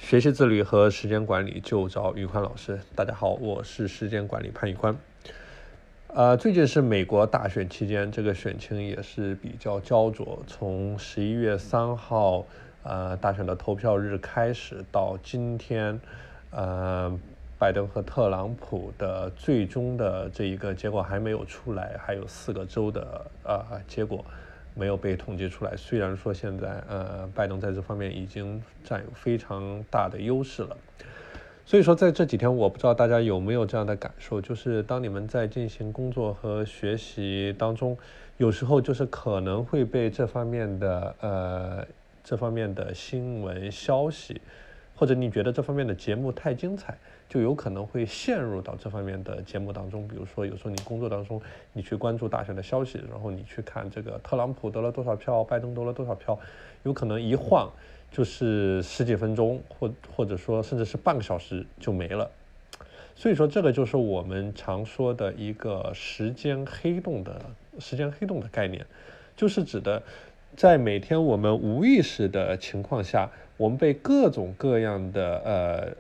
学习自律和时间管理就找宇宽老师。大家好，我是时间管理潘宇宽。最近是美国大选期间，这个选情也是比较焦灼。从11月3号，大选的投票日开始，到今天，拜登和特朗普的最终的这一个结果还没有出来，还有4个州的结果没有被统计出来。虽然说现在拜登在这方面已经占有非常大的优势了。所以说在这几天，我不知道大家有没有这样的感受，就是当你们在进行工作和学习当中，有时候就是可能会被这方面的新闻消息，或者你觉得这方面的节目太精彩，就有可能会陷入到这方面的节目当中。比如说有时候你工作当中你去关注大选的消息，然后你去看这个特朗普得了多少票，拜登得了多少票，有可能一晃就是10几分钟，或者说甚至是半个小时就没了。所以说这个就是我们常说的一个时间黑洞的概念，就是指的在每天我们无意识的情况下，我们被各种各样的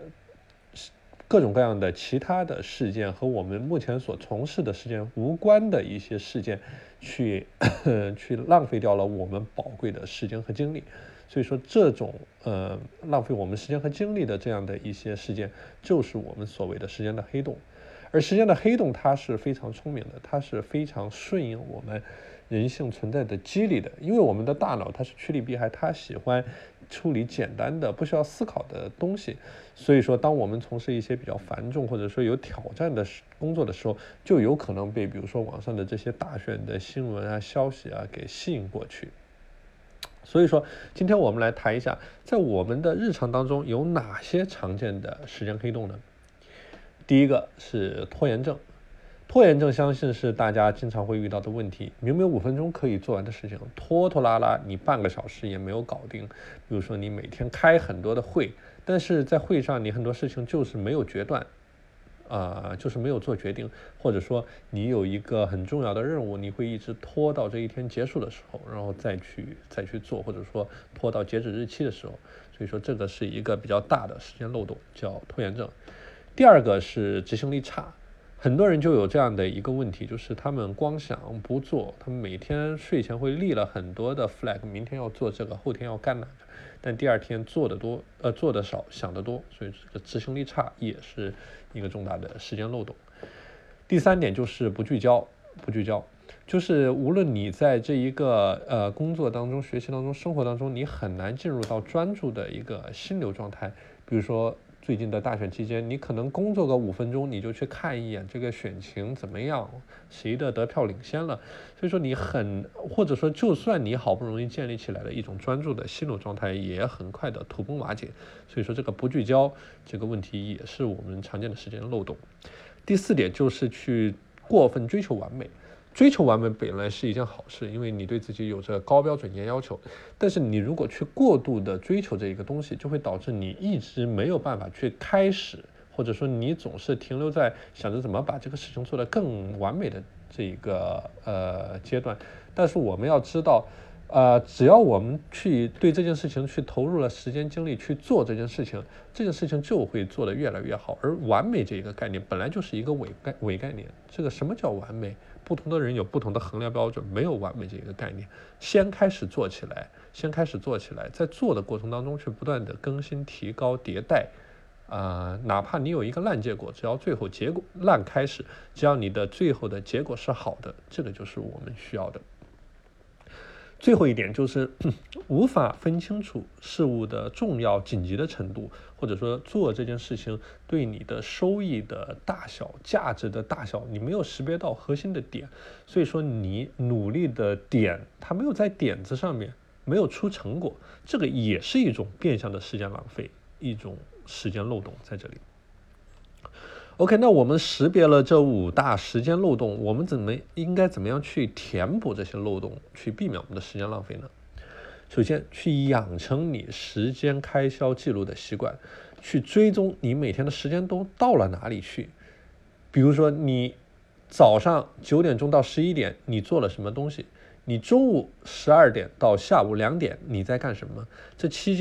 其他的事件和我们目前所从事的事件无关的一些事件去浪费掉了我们宝贵的时间和精力。所以说这种浪费我们时间和精力的这样的一些事件，就是我们所谓的时间的黑洞。而时间的黑洞它是非常聪明的，它是非常顺应我们人性存在的机理的。因为我们的大脑它是趋利避害，它喜欢处理简单的不需要思考的东西。所以说当我们从事一些比较繁重或者说有挑战的工作的时候，就有可能被比如说网上的这些大选的新闻啊消息啊给吸引过去。所以说今天我们来谈一下，在我们的日常当中有哪些常见的时间黑洞呢？第一个是拖延症。拖延症相信是大家经常会遇到的问题，明明5分钟可以做完的事情，拖拖拉拉你半个小时也没有搞定。比如说你每天开很多的会，但是在会上你很多事情就是没有决断，就是没有做决定，或者说你有一个很重要的任务，你会一直拖到这一天结束的时候，然后再去做，或者说拖到截止日期的时候。所以说这个是一个比较大的时间漏洞，叫拖延症。第二个是执行力差。很多人就有这样的一个问题，就是他们光想不做，他们每天睡前会立了很多的 flag， 明天要做这个，后天要干哪个，但第二天做的少，想得多，所以这个执行力差也是一个重大的时间漏洞。第三点就是不聚焦，就是无论你在这一个工作当中、学习当中、生活当中，你很难进入到专注的一个心流状态。比如说最近的大选期间，你可能工作个5分钟，你就去看一眼这个选情怎么样，谁的得票领先了。所以说或者说就算你好不容易建立起来的一种专注的心流状态，也很快的土崩瓦解。所以说这个不聚焦这个问题也是我们常见的时间漏洞。第4点就是去过分追求完美。追求完美本来是一件好事，因为你对自己有着高标准严要求，但是你如果去过度的追求这一个东西，就会导致你一直没有办法去开始，或者说你总是停留在想着怎么把这个事情做得更完美的这一个阶段。但是我们要知道，只要我们去对这件事情去投入了时间精力去做这件事情，这件事情就会做得越来越好。而完美这一个概念本来就是一个伪概念。这个什么叫完美？不同的人有不同的衡量标准，没有完美这个概念。先开始做起来，在做的过程当中去不断的更新、提高、迭代。哪怕你有一个烂结果，只要最后结果烂开始，只要你的最后的结果是好的，这个就是我们需要的。最后一点就是无法分清楚事物的重要紧急的程度，或者说做这件事情对你的收益的大小、价值的大小，你没有识别到核心的点。所以说你努力的点它没有在点子上面，没有出成果，这个也是一种变相的时间浪费，一种时间漏洞在这里。OK， 那我们识别了这5大时间漏洞，我们应该怎么样去填补这些漏洞，去避免我们的时间浪费呢？首先，去养成你时间开销记录的习惯，去追踪你每天的时间都到了哪里去。比如说，你早上9点钟到11点你做了什么东西，你中午12点到下午2点你在干什么，这期间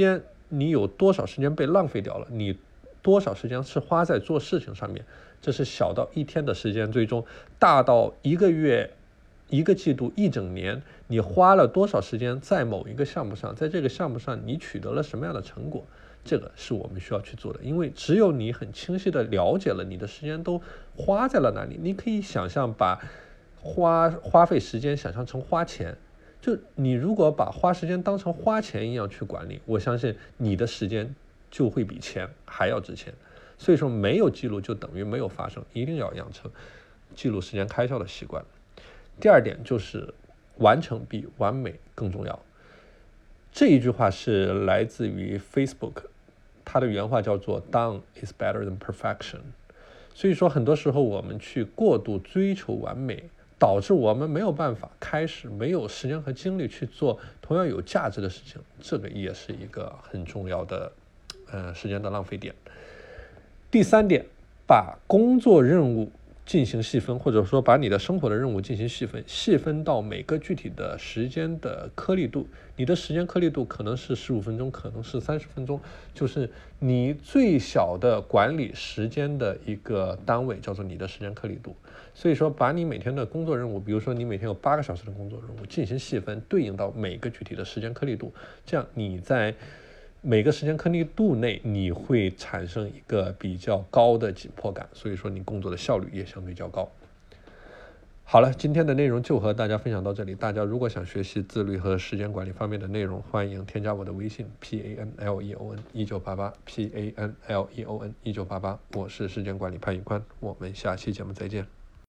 你有多少时间被浪费掉了，你多少时间是花在做事情上面，这是小到一天的时间追踪，大到一个月、一个季度、一整年，你花了多少时间在某一个项目上，在这个项目上你取得了什么样的成果，这个是我们需要去做的。因为只有你很清晰的了解了你的时间都花在了哪里，你可以想象把花费时间想象成花钱，就你如果把花时间当成花钱一样去管理，我相信你的时间就会比钱还要值钱。所以说没有记录就等于没有发生，一定要养成记录时间开销的习惯。第二点就是完成比完美更重要。这一句话是来自于 Facebook， 它的原话叫做 Done is better than perfection。 所以说很多时候我们去过度追求完美，导致我们没有办法开始，没有时间和精力去做同样有价值的事情，这个也是一个很重要的时间的浪费点。第三点，把工作任务进行细分，或者说把你的生活的任务进行细分，细分到每个具体的时间的颗粒度。你的时间颗粒度可能是15分钟，可能是30分钟，就是你最小的管理时间的一个单位叫做你的时间颗粒度。所以说把你每天的工作任务，比如说你每天有8个小时的工作任务进行细分，对应到每个具体的时间颗粒度，这样你在每个时间颗粒度内你会产生一个比较高的紧迫感，所以说你工作的效率也相对较高。好了，今天的内容就和大家分享到这里。大家如果想学习自律和时间管理方面的内容，欢迎添加我的微信 PANLEON1988 PANLEON1988，我是时间管理潘宇宽，我们下期节目再见。